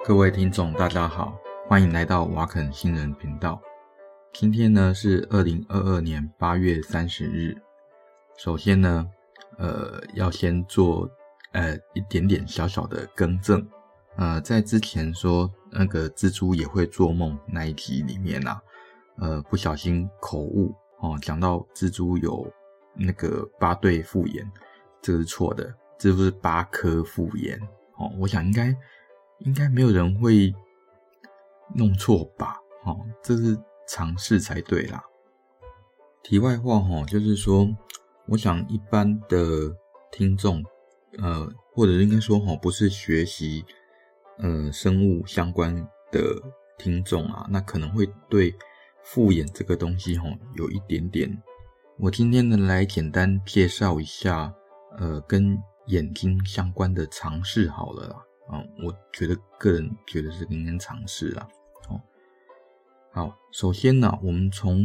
各位听众大家好，欢迎来到瓦肯新人频道。今天呢是2022年8月30日。首先呢要先做一点点小小的更正。在之前说那个蜘蛛也会做梦那一集里面不小心口误讲到蜘蛛有那个8对复眼，这个是错的，这不是8颗复眼我想应该没有人会弄错吧这是常识才对啦。题外话就是说我想一般的听众或者应该说不是学习生物相关的听众那可能会对复眼这个东西有一点点。我今天呢来简单介绍一下跟眼睛相关的常识好了啦。我个人觉得是应该常识啦。好，首先我们从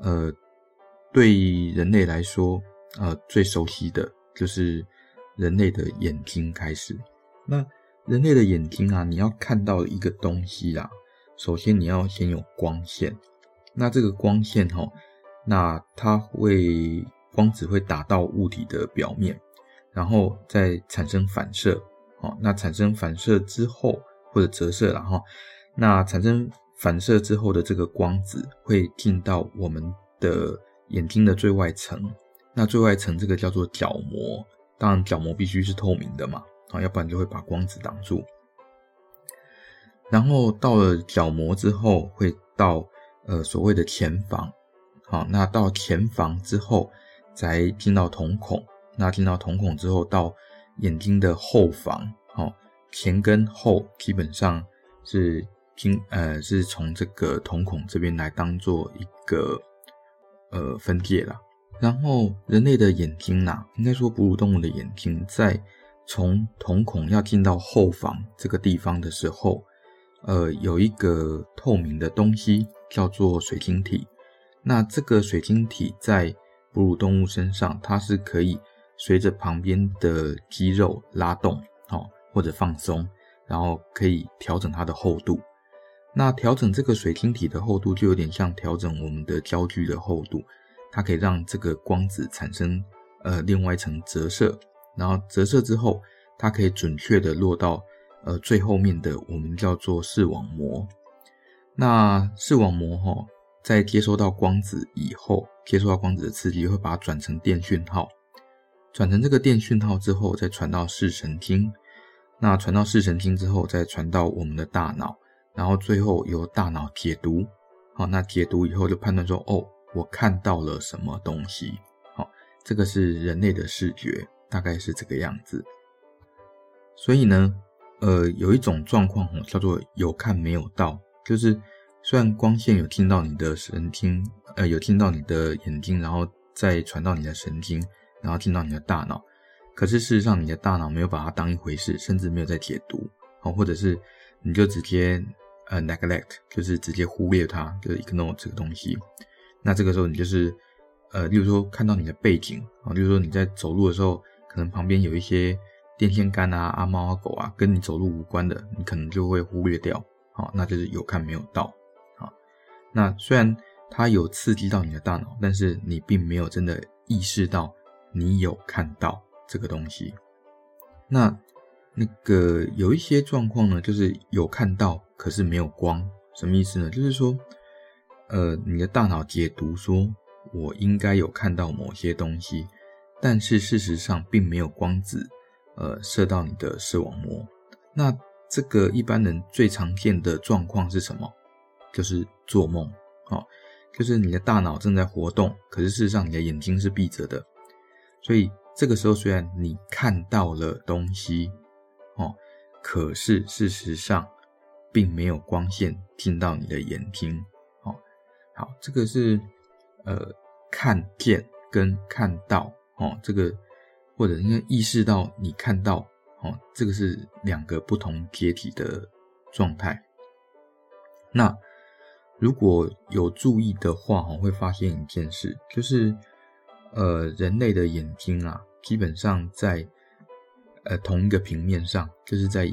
对人类来说最熟悉的就是人类的眼睛开始。那人类的眼睛你要看到一个东西首先你要先有光线。那这个光线那光子会打到物体的表面，然后再产生反射那产生反射之后或者折射那产生反射之后的这个光子会进到我们的眼睛的最外层。那最外层这个叫做角膜，当然角膜必须是透明的嘛要不然就会把光子挡住。然后到了角膜之后会到所谓的前房那到前房之后再进到瞳孔，那进到瞳孔之后到眼睛的后房前跟后基本上是从这个瞳孔这边来当做一个分界啦。然后人类的眼睛应该说哺乳动物的眼睛在从瞳孔要进到后房这个地方的时候有一个透明的东西叫做水晶体。那这个水晶体在哺乳动物身上它是可以随着旁边的肌肉拉动或者放松，然后可以调整它的厚度。那调整这个水晶体的厚度就有点像调整我们的焦距的厚度，它可以让这个光子产生另外一层折射，然后折射之后它可以准确的落到最后面的我们叫做视网膜。那视网膜在接收到光子以后，接收到光子的刺激会把它转成电讯号，转成这个电讯号之后再传到视神经，那传到视神经之后再传到我们的大脑，然后最后由大脑解读那解读以后就判断说我看到了什么东西这个是人类的视觉，大概是这个样子。所以呢有一种状况叫做有看没有到，就是虽然光线有进到你的神经有进到你的眼睛，然后再传到你的神经，然后进到你的大脑，可是事实上你的大脑没有把它当一回事，甚至没有在解读或者是你就直接neglect， 就是直接忽略它，就是 ignore 这个东西。那这个时候你就是例如说看到你的背景例如说你在走路的时候可能旁边有一些电线杆阿猫狗跟你走路无关的，你可能就会忽略掉那就是有看没有到那虽然它有刺激到你的大脑，但是你并没有真的意识到你有看到这个东西。那个有一些状况呢，就是有看到可是没有光。什么意思呢？就是说你的大脑解读说我应该有看到某些东西，但是事实上并没有光子射到你的视网膜。那这个一般人最常见的状况是什么？就是做梦就是你的大脑正在活动，可是事实上你的眼睛是闭着的。所以这个时候虽然你看到了东西可是事实上并没有光线进到你的眼睛好，这个是看见跟看到这个或者应该意识到你看到这个是两个不同阶级的状态。那如果有注意的话会发现一件事，就是人类的眼睛基本上在同一个平面上，就是在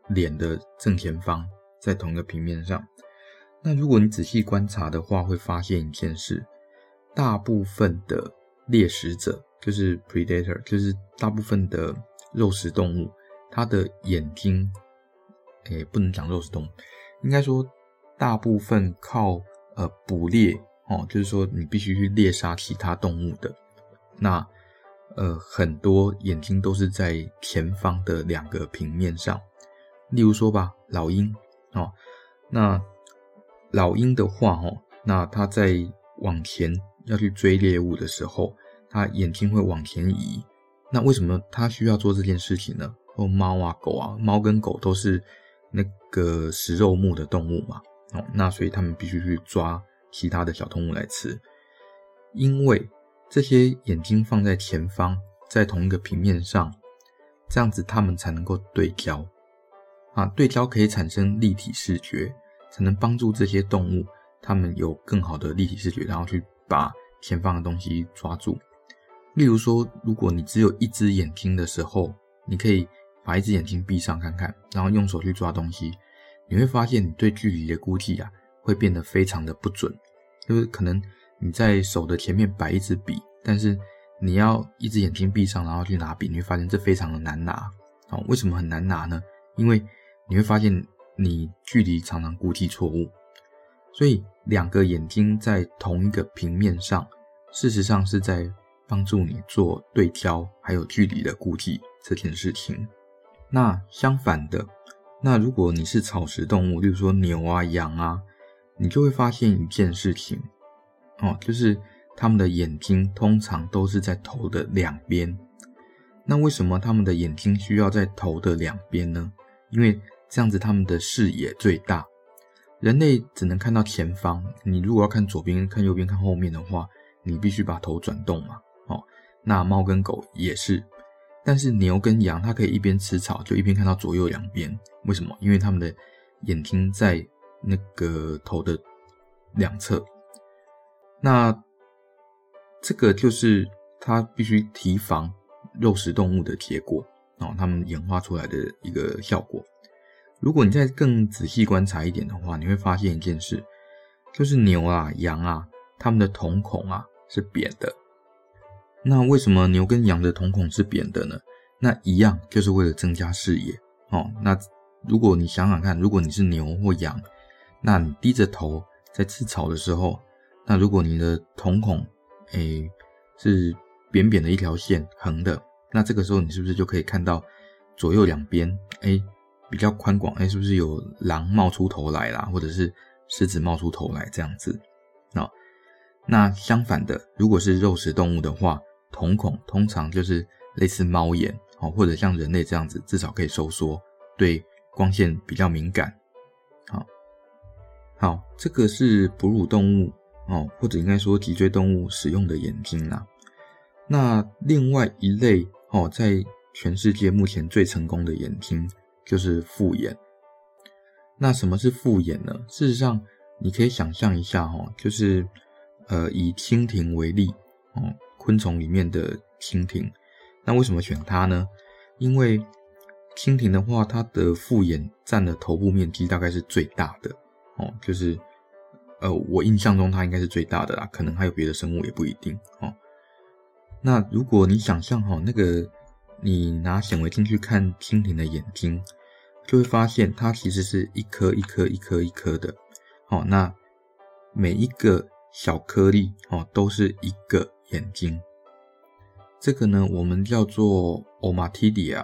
脸的正前方，在同一个平面上。那如果你仔细观察的话，会发现一件事，大部分的猎食者，就是 predator， 就是大部分的肉食动物，它的眼睛不能讲肉食动物，应该说大部分靠捕猎就是说你必须去猎杀其他动物的，那很多眼睛都是在前方的2个平面上。例如说吧，老鹰那老鹰的话那它在往前要去追猎物的时候，它眼睛会往前移。那为什么它需要做这件事情呢？猫啊狗啊，猫跟狗都是那个食肉目的动物嘛那所以它们必须去抓其他的小动物来吃。因为这些眼睛放在前方，在同一个平面上，这样子它们才能够对焦对焦可以产生立体视觉，才能帮助这些动物它们有更好的立体视觉，然后去把前方的东西抓住。例如说，如果你只有一只眼睛的时候，你可以把一只眼睛闭上看看，然后用手去抓东西，你会发现你对距离的估计会变得非常的不准。就是可能你在手的前面摆一支笔，但是你要一只眼睛闭上然后去拿笔，你会发现这非常的难拿为什么很难拿呢？因为你会发现你距离常常估计错误。所以2个眼睛在同一个平面上，事实上是在帮助你做对焦还有距离的估计这件事情。那相反的，那如果你是草食动物，例如说牛啊羊啊，你就会发现一件事情就是他们的眼睛通常都是在头的2边。那为什么他们的眼睛需要在头的2边呢？因为这样子他们的视野最大。人类只能看到前方，你如果要看左边看右边看后面的话，你必须把头转动嘛那猫跟狗也是，但是牛跟羊它可以一边吃草就一边看到左右2边。为什么？因为他们的眼睛在那个头的2侧。那这个就是它必须提防肉食动物的结果他们演化出来的一个效果。如果你再更仔细观察一点的话，你会发现一件事，就是牛啊羊啊，它们的瞳孔是扁的。那为什么牛跟羊的瞳孔是扁的呢？那一样就是为了增加视野那如果你想想看，如果你是牛或羊，那你低着头在吃草的时候，那如果你的瞳孔是扁扁的一条线横的，那这个时候你是不是就可以看到左右2边比较宽广是不是有狼冒出头来啦，或者是狮子冒出头来这样子那相反的，如果是肉食动物的话，瞳孔通常就是类似猫眼或者像人类这样子，至少可以收缩，对光线比较敏感好，这个是哺乳动物或者应该说脊椎动物使用的眼睛啦。那另外一类在全世界目前最成功的眼睛就是复眼。那什么是复眼呢？事实上你可以想象一下就是以蜻蜓为例昆虫里面的蜻蜓。那为什么选它呢？因为蜻蜓的话，它的复眼占的头部面积大概是最大的就是我印象中它应该是最大的啦，可能还有别的生物也不一定那如果你想象那个你拿显微镜去看蜻蜓的眼睛，就会发现它其实是一颗一颗一颗一颗的那每一个小颗粒都是一个眼睛。这个呢我们叫做 Ommatidia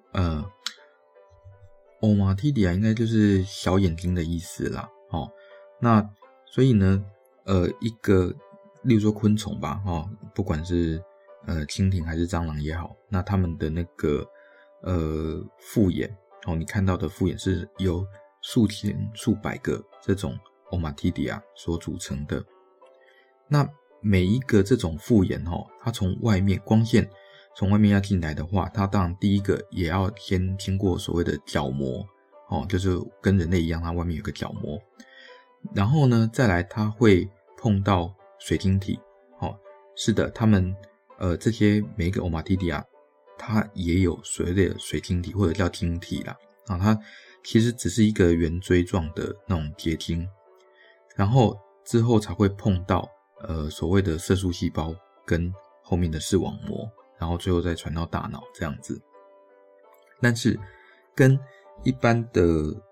Ommatidia 应该就是小眼睛的意思啦那所以呢一个例如说昆虫吧不管是蜻蜓还是蟑螂也好，那它们的那个复眼你看到的复眼是由数千数百个这种 Ommatidia 所组成的。那每一个这种复眼它从外面光线从外面要进来的话，它当然第一个也要先经过所谓的角膜就是跟人类一样，它外面有个角膜，然后呢再来它会碰到水晶体是的，它们这些每一个 Ommatidia 它也有所谓的水晶体或者叫晶体啦它其实只是一个圆锥状的那种结晶，然后之后才会碰到所谓的色素细胞跟后面的视网膜，然后最后再传到大脑这样子。但是跟一般的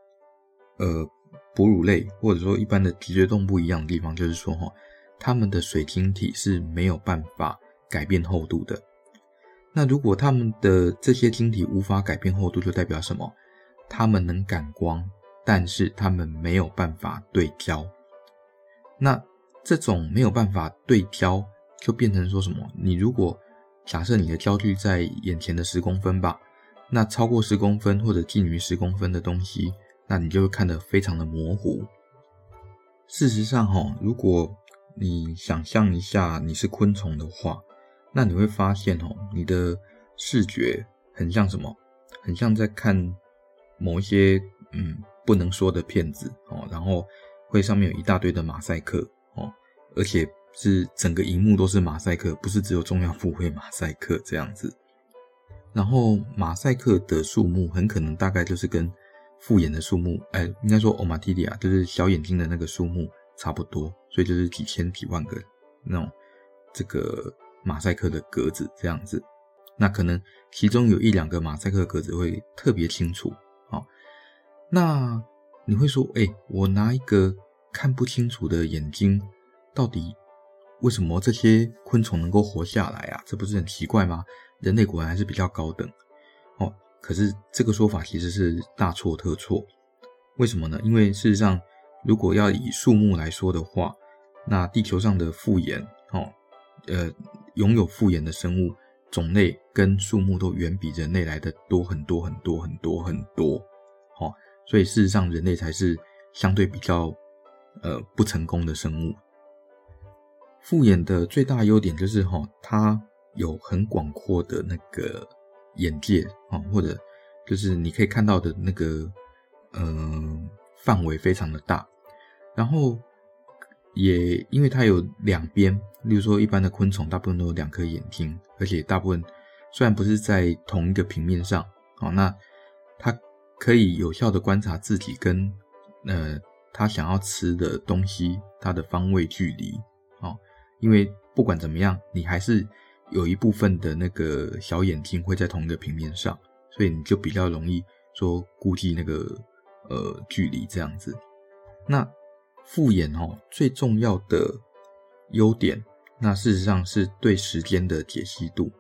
哺乳类或者说一般的脊椎动物不一样的地方，就是说它们的水晶体是没有办法改变厚度的。那如果它们的这些晶体无法改变厚度，就代表什么？它们能感光，但是它们没有办法对焦。那这种没有办法对焦，就变成说什么？你如果假设你的焦距在眼前的10公分吧，那超过10公分或者近于10公分的东西，那你就会看得非常的模糊。事实上如果你想象一下你是昆虫的话，那你会发现你的视觉很像什么？很像在看某一些不能说的片子然后会上面有一大堆的马赛克而且是整个萤幕都是马赛克，不是只有重要部位马赛克这样子。然后马赛克的数目很可能大概就是跟复眼的数目应该说欧马蒂利亚就是小眼睛的那个数目差不多，所以就是几千几万个那种这个马赛克的格子这样子。那可能其中有1-2个马赛克格子会特别清楚那你会说我拿一个看不清楚的眼睛，到底为什么这些昆虫能够活下来啊？这不是很奇怪吗？人类果然还是比较高等可是这个说法其实是大错特错。为什么呢？因为事实上如果要以数目来说的话，那地球上的复眼拥有复眼的生物种类跟数目都远比人类来的多很多很多很多很多所以事实上人类才是相对比较不成功的生物。复眼的最大优点就是它有很广阔的那个眼界或者就是你可以看到的那个范围非常的大，然后也因为它有2边，例如说一般的昆虫大部分都有2颗眼睛，而且大部分虽然不是在同一个平面上那它可以有效的观察自己跟它想要吃的东西它的方位距离因为不管怎么样你还是有一部分的那个小眼睛会在同一个平面上，所以你就比较容易说估计那个距离这样子。那复眼最重要的优点，那事实上是对时间的解析度。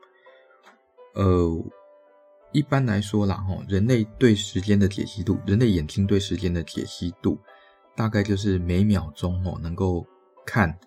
一般来说啦人类对时间的解析度，人类眼睛对时间的解析度大概就是每秒钟能够看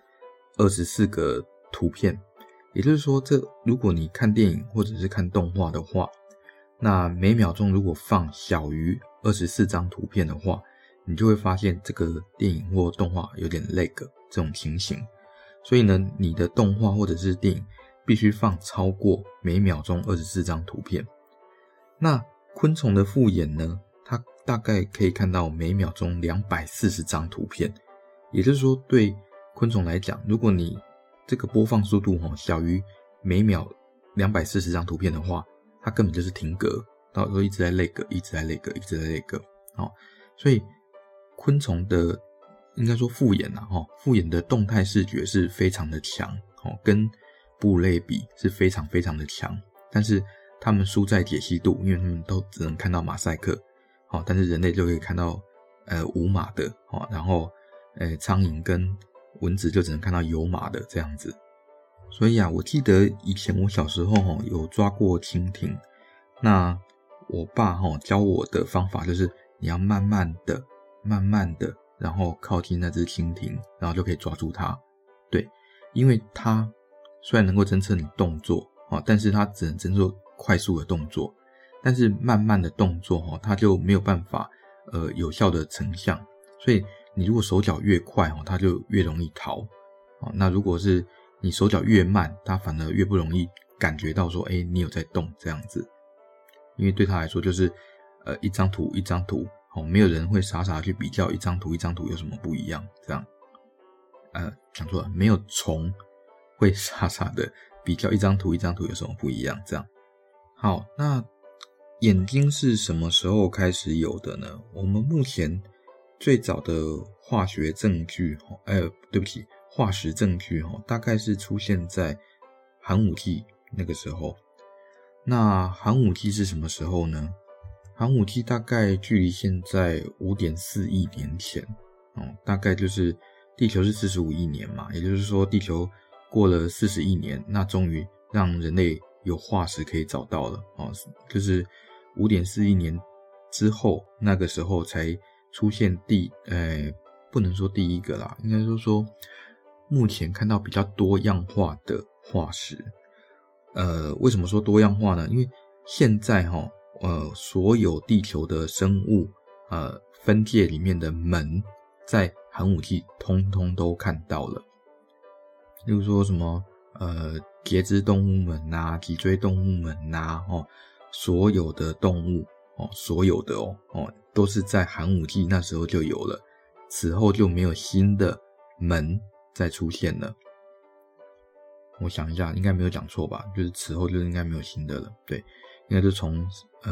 24个图片。也就是说如果你看电影或者是看动画的话，那每秒钟如果放小于24张图片的话，你就会发现这个电影或动画有点 lag 这种情形。所以呢你的动画或者是电影必须放超过每秒钟24张图片。那昆虫的复眼呢，它大概可以看到每秒钟240张图片。也就是说对昆虫来讲，如果你这个播放速度小于每秒240张图片的话，它根本就是停格，到时候一直在 lag 一直在 lag 一直在 lag所以昆虫的应该说复眼复眼的动态视觉是非常的强跟哺乳类比是非常非常的强，但是他们输在解析度，因为他们都只能看到马赛克但是人类就可以看到无码的然后苍蝇跟蚊子就只能看到有码的这样子。所以我记得以前我小时候有抓过蜻蜓，那我爸教我的方法就是你要慢慢的然后靠近那只蜻蜓，然后就可以抓住它。对，因为它虽然能够侦测你动作但是它只能侦测快速的动作，但是慢慢的动作它就没有办法有效的成像，所以你如果手脚越快它就越容易逃那如果是你手脚越慢，它反而越不容易感觉到说你有在动这样子。因为对他来说就是一张图一张图没有人会傻傻去比较一张图一张图有什么不一样这样。讲错了，没有虫会傻傻的比较一张图一张图有什么不一样这样。好，那眼睛是什么时候开始有的呢？我们目前最早的化学证据，化石证据大概是出现在寒武纪那个时候。那寒武纪是什么时候呢？寒武纪大概距离现在 5.4 亿年前大概就是地球是45亿年嘛，也就是说地球过了40亿年，那终于让人类有化石可以找到了就是5.4 亿年之后，那个时候才出现不能说第一个啦，应该说目前看到比较多样化的化石。为什么说多样化呢？因为现在所有地球的生物分界里面的门，在寒武纪通通都看到了。例如说什么节肢动物门啊，脊椎动物门啊，所有的动物所有的都是在寒武纪那时候就有了，此后就没有新的门再出现了。我想一下，应该没有讲错吧？就是此后就应该没有新的了，对，应该就从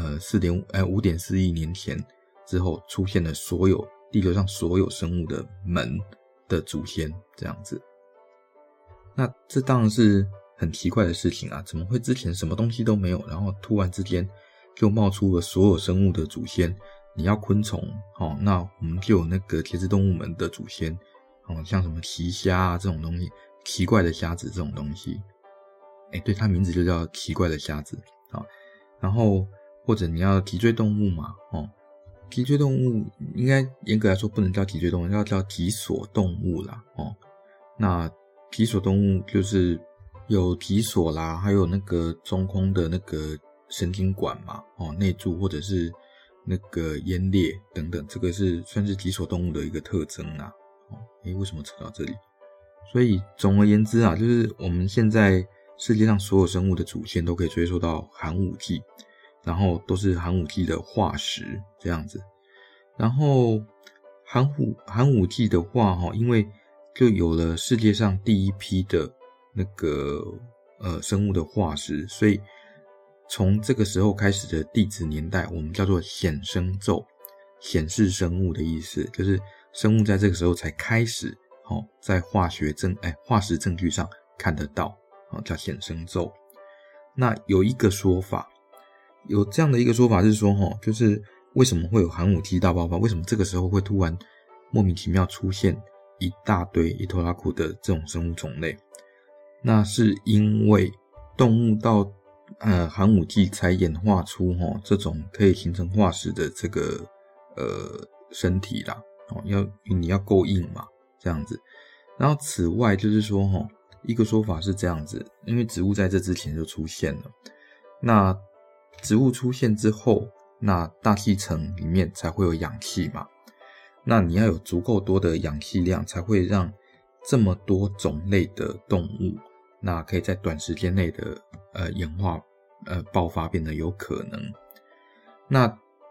5.4 亿年前之后出现了所有地球上所有生物的门的祖先这样子。那这当然是很奇怪的事情啊，怎么会之前什么东西都没有，然后突然之间就冒出了所有生物的祖先？你要昆虫那我们就有那个节肢动物门的祖先像什么奇虾啊这种东西，奇怪的虾子这种东西，对，它名字就叫奇怪的虾子然后或者你要脊椎动物嘛脊椎动物应该严格来说不能叫脊椎动物，要叫脊索动物啦那脊索动物就是有脊索啦，还有那个中空的那个神经管嘛内柱或者是那个咽裂等等，这个是算是脊索动物的一个特征啦为什么扯到这里？所以总而言之就是我们现在世界上所有生物的祖先都可以追溯到寒武纪，然后都是寒武纪的化石这样子。然后寒武纪的话因为就有了世界上第一批的那个生物的化石，所以从这个时候开始的地质年代我们叫做显生宙，显示生物的意思就是生物在这个时候才开始在化石证据上看得到叫显生宙。那有一个说法，有这样的一个说法是说就是为什么会有寒武纪大爆发，为什么这个时候会突然莫名其妙出现一大堆伊托拉库的这种生物种类，那是因为动物到寒武纪才演化出这种可以形成化石的这个身体啦你要够硬嘛这样子。然后此外就是说一个说法是这样子，因为植物在这之前就出现了，那植物出现之后，那大气层里面才会有氧气嘛，那你要有足够多的氧气量才会让这么多种类的动物那可以在短时间内的演化爆发变得有可能。那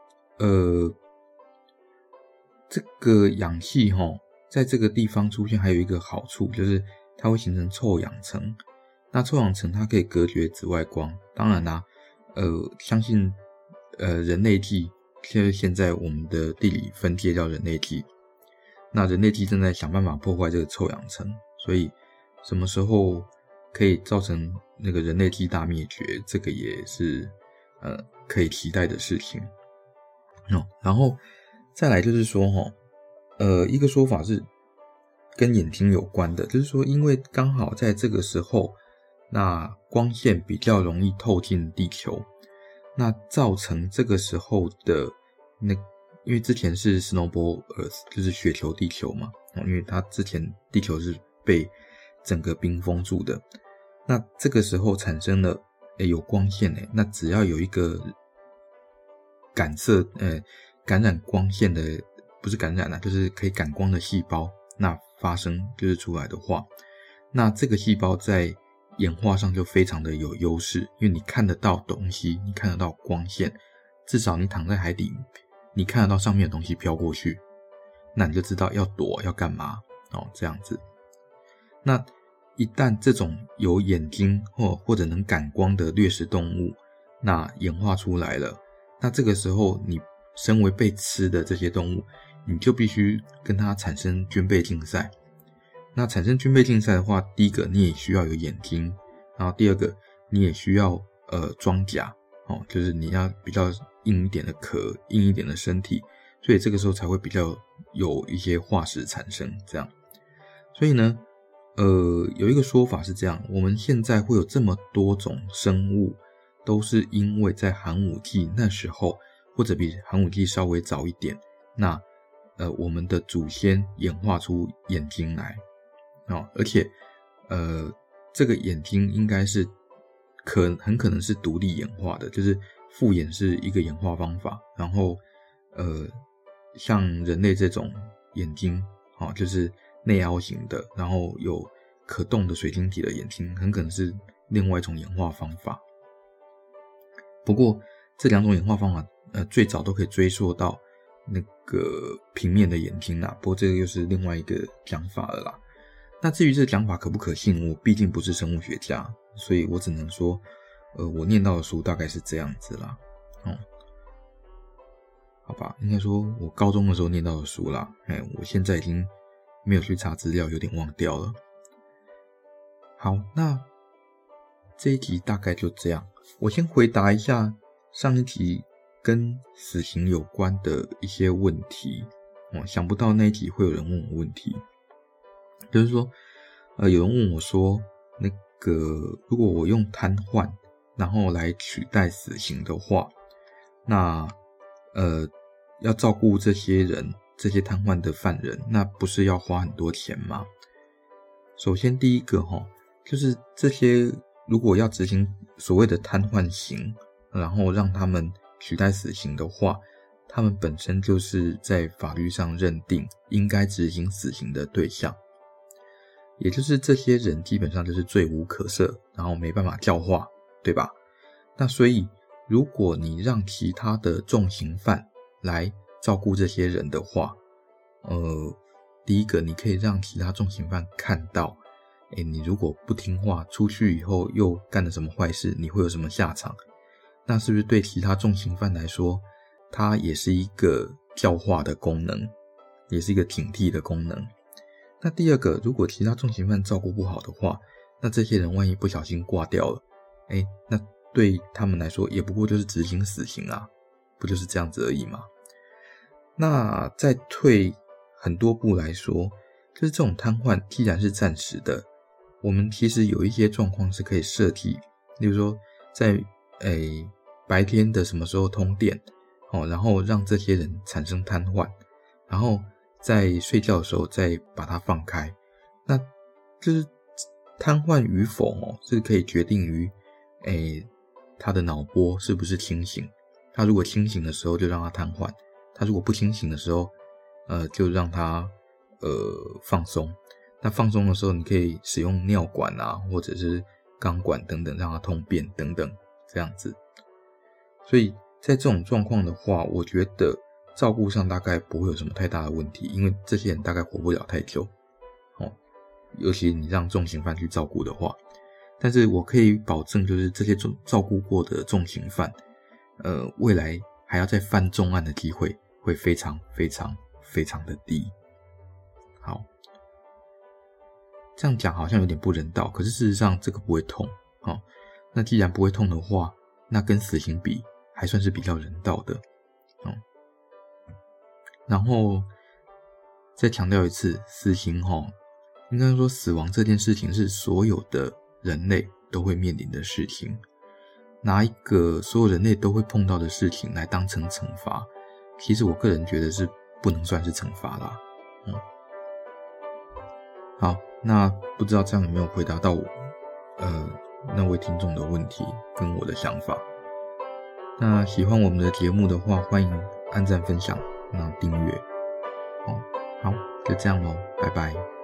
这个氧气在这个地方出现还有一个好处，就是它会形成臭氧层，那臭氧层它可以隔绝紫外光。当然啦相信人类纪就是现在我们的地理分界叫人类纪，那人类纪正在想办法破坏这个臭氧层，所以什么时候可以造成那个人类纪大灭绝，这个也是可以期待的事情然后再来就是说一个说法是跟眼睛有关的，就是说因为刚好在这个时候那光线比较容易透进地球，那造成这个时候的因为之前是 Snowball Earth 就是雪球地球嘛因为它之前地球是被整个冰封住的，那这个时候产生了有光线那只要有一个感染光线的，不是感染就是可以感光的细胞，那发生就是出来的话，那这个细胞在演化上就非常的有优势，因为你看得到东西，你看得到光线，至少你躺在海底你看得到上面的东西飘过去，那你就知道要躲要干嘛这样子。那一旦这种有眼睛或者能感光的掠食动物那演化出来了， 那这个时候你身为被吃的这些动物，你就必须跟它产生军备竞赛。那产生军备竞赛的话，第一个你也需要有眼睛，然后第二个你也需要装甲，就是你要比较硬一点的壳，硬一点的身体，所以这个时候才会比较有一些化石产生这样。所以呢有一个说法是这样，我们现在会有这么多种生物，都是因为在寒武纪那时候，或者比寒武纪稍微早一点，那我们的祖先演化出眼睛来，而且这个眼睛应该是很可能是独立演化的，就是复眼是一个演化方法，然后像人类这种眼睛就是内凹型的，然后有可动的水晶体的眼睛，很可能是另外一种演化方法。不过这两种演化方法最早都可以追溯到那个平面的眼睛啦，不过这个又是另外一个讲法了啦。那至于这个讲法可不可信，我毕竟不是生物学家，所以我只能说我念到的书大概是这样子啦。好吧，应该说我高中的时候念到的书啦，我现在已经没有去查资料，有点忘掉了。好，那这一集大概就这样。我先回答一下上一集跟死刑有关的一些问题。想不到那一集会有人问我问题，就是说有人问我说，那个如果我用瘫痪然后来取代死刑的话，那要照顾这些人，这些瘫痪的犯人，那不是要花很多钱吗？首先第一个就是这些如果要执行所谓的瘫痪刑，然后让他们取代死刑的话，他们本身就是在法律上认定应该执行死刑的对象，也就是这些人基本上就是罪无可赦，然后没办法教化，对吧？那所以如果你让其他的重刑犯来照顾这些人的话，第一个你可以让其他重刑犯看到你如果不听话，出去以后又干了什么坏事，你会有什么下场？那是不是对其他重刑犯来说，它也是一个教化的功能，也是一个警惕的功能？那第二个，如果其他重刑犯照顾不好的话，那这些人万一不小心挂掉了，那对他们来说也不过就是执行死刑啊，不就是这样子而已吗？那再退很多步来说，就是这种瘫痪既然是暂时的，我们其实有一些状况是可以设计，例如说在白天的什么时候通电，然后让这些人产生瘫痪，然后在睡觉的时候再把它放开。那就是瘫痪与否是可以决定于他的脑波是不是清醒。他如果清醒的时候就让他瘫痪，他如果不清醒的时候就让他放松。那放松的时候你可以使用尿管啊，或者是钢管等等让他通便等等这样子。所以在这种状况的话，我觉得照顾上大概不会有什么太大的问题，因为这些人大概活不了太久尤其你让重刑犯去照顾的话。但是我可以保证，就是这些照顾过的重刑犯未来还要再犯重案的机会会非常非常非常的低。好，这样讲好像有点不人道，可是事实上这个不会痛那既然不会痛的话，那跟死刑比还算是比较人道的然后再强调一次，死刑应该说死亡这件事情是所有的人类都会面临的事情，拿一个所有人类都会碰到的事情来当成惩罚，其实我个人觉得是不能算是惩罚啦好，那不知道这样有没有回答到我那位听众的问题跟我的想法。那喜欢我们的节目的话，欢迎按赞分享，订阅好，就这样咯，拜拜。